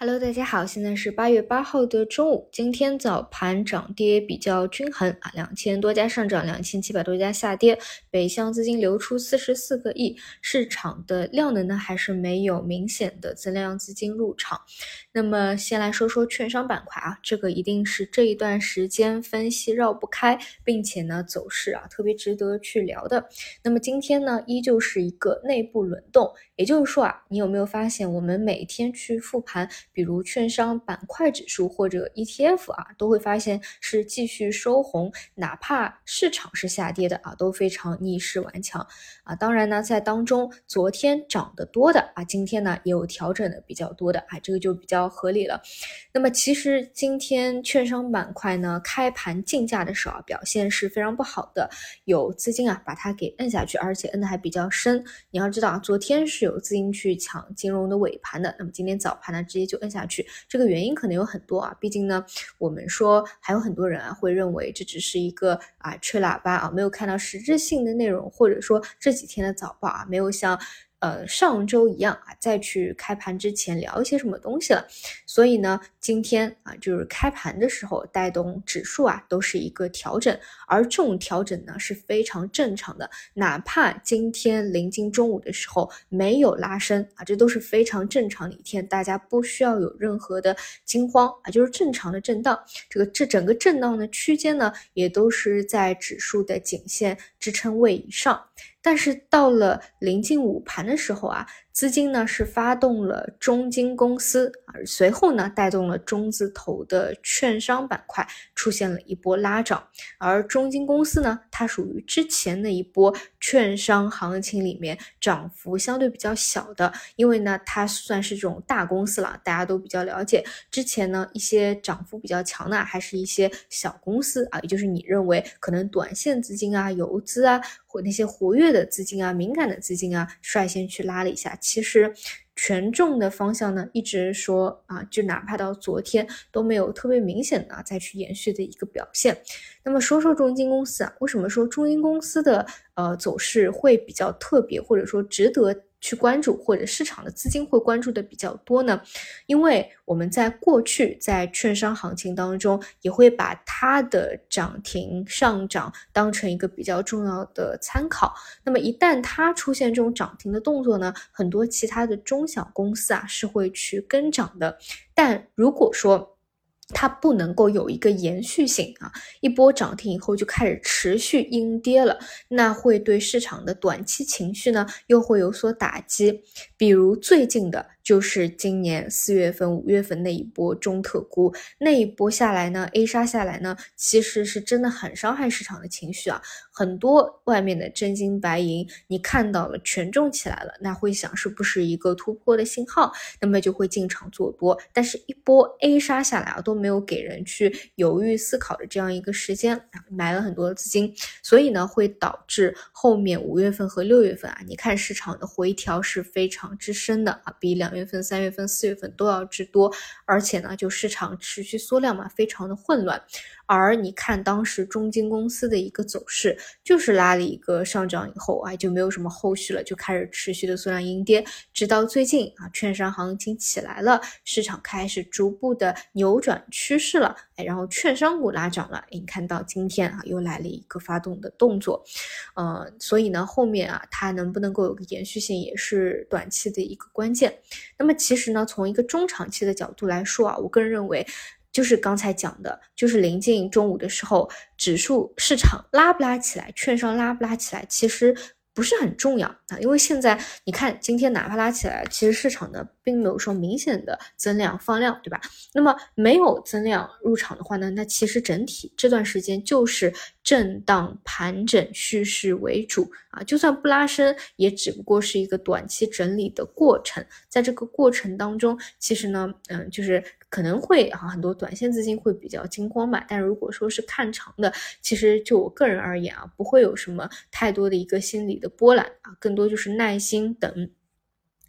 Hello，大家好，现在是8月8号的中午。今天早盘涨跌比较均衡啊，2000多家上涨，2700多家下跌，北向资金流出44个亿，市场的量能呢还是没有明显的增量资金入场。那么先来说说券商板块啊，这个一定是这一段时间分析绕不开，并且呢走势特别值得去聊的。那么今天呢依旧是一个内部轮动，也就是说你有没有发现我们每天去复盘，比如券商板块指数或者 ETF 都会发现是继续收红，哪怕市场是下跌的都非常逆势顽强当然呢，在当中昨天涨得多的今天呢也有调整的比较多的这个就比较合理了。那么其实今天券商板块呢开盘竞价的时候表现是非常不好的，有资金把它给摁下去，而且摁的还比较深。你要知道昨天是有资金去抢金融的尾盘的，那么今天早盘呢直接就摁下去，这个原因可能有很多毕竟呢我们说还有很多人会认为这只是一个吹喇叭没有看到实质性的内容，或者说这几天的早报没有像上周一样再去开盘之前聊一些什么东西了。所以呢今天就是开盘的时候带动指数都是一个调整，而这种调整呢是非常正常的，哪怕今天临近中午的时候没有拉升这都是非常正常的一天，大家不需要有任何的惊慌就是正常的震荡。这整个震荡的区间呢也都是在指数的颈线支撑位以上。但是到了临近午盘的时候资金呢是发动了中金公司随后呢带动了中字头的券商板块出现了一波拉涨。而中金公司呢它属于之前的一波券商行情里面涨幅相对比较小的，因为呢它算是这种大公司了，大家都比较了解。之前呢一些涨幅比较强的还是一些小公司也就是你认为可能短线资金游资或那些活跃的资金敏感的资金率先去拉了一下。其实权重的方向呢一直说就哪怕到昨天都没有特别明显的再去延续的一个表现。那么说说中金公司为什么说中金公司的走势会比较特别，或者说值得去关注，或者市场的资金会关注的比较多呢？因为我们在过去在券商行情当中也会把它的涨停上涨当成一个比较重要的参考。那么一旦它出现这种涨停的动作呢，很多其他的中小公司是会去跟涨的。但如果说它不能够有一个延续性一波涨停以后就开始持续阴跌了，那会对市场的短期情绪呢又会有所打击。比如最近的就是今年4月份5月份那一波中特估，那一波下来呢 A 杀下来呢其实是真的很伤害市场的情绪很多外面的真金白银你看到了权重起来了，那会想是不是一个突破的信号，那么就会进场做多。但是一波 A 杀下来都没有给人去犹豫思考的这样一个时间买了很多的资金，所以呢会导致后面5月份和6月份你看市场的回调是非常之深的比2月份3月份4月份都要之多，而且呢就市场持续缩量非常的混乱。而你看当时中金公司的一个走势，就是拉了一个上涨以后就没有什么后续了，就开始持续的缩量阴跌，直到最近券商行情起来了，市场开始逐步的扭转趋势了然后券商股拉涨了你看到今天又来了一个发动的动作所以呢后面它能不能够有个延续性也是短期的一个关键。那么其实呢从一个中长期的角度来说我个人认为就是刚才讲的，就是临近中午的时候指数市场拉不拉起来，券商拉不拉起来其实不是很重要因为现在你看今天哪怕拉起来，其实市场呢并没有说明显的增量放量，对吧？那么没有增量入场的话呢，那其实整体这段时间就是震荡盘整蓄势为主就算不拉升也只不过是一个短期整理的过程。在这个过程当中其实呢就是可能会很多短线资金会比较惊慌但如果说是看长的，其实就我个人而言不会有什么太多的一个心理的波澜更多就是耐心等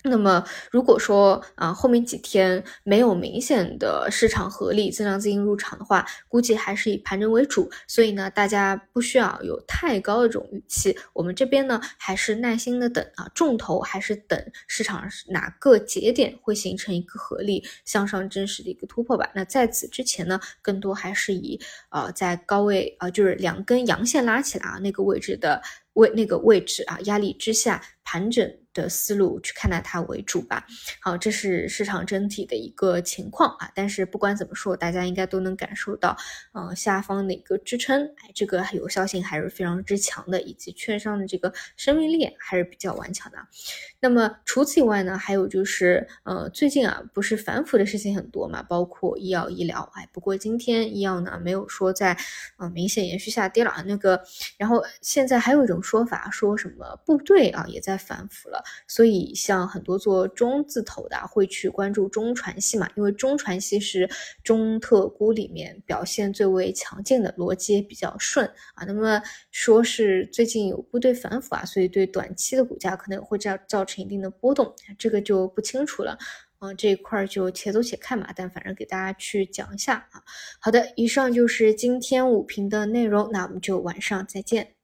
那么如果说后面几天没有明显的市场合力增量资金入场的话，估计还是以盘整为主，所以呢大家不需要有太高的这种预期，我们这边呢还是耐心的等重头还是等市场哪个节点会形成一个合力向上真实的一个突破吧。那在此之前呢，更多还是以在高位就是2根阳线拉起来那个位置压力之下盘整的思路去看待它为主吧。好，这是市场整体的一个情况但是不管怎么说，大家应该都能感受到下方的一个支撑这个有效性还是非常之强的，以及券商的这个生命力还是比较顽强的。那么除此以外呢，还有就是最近不是反腐的事情很多嘛，包括医药医疗不过今天医药呢没有说在明显延续下跌了然后现在还有一种说法说什么部队也在反腐了，所以像很多做中字头的会去关注中传系嘛，因为中传系是中特估里面表现最为强劲的，逻辑也比较顺那么说是最近有部队反腐所以对短期的股价可能会造成一定的波动，这个就不清楚了这一块就且走且看嘛，但反正给大家去讲一下好的，以上就是今天午评的内容，那我们就晚上再见。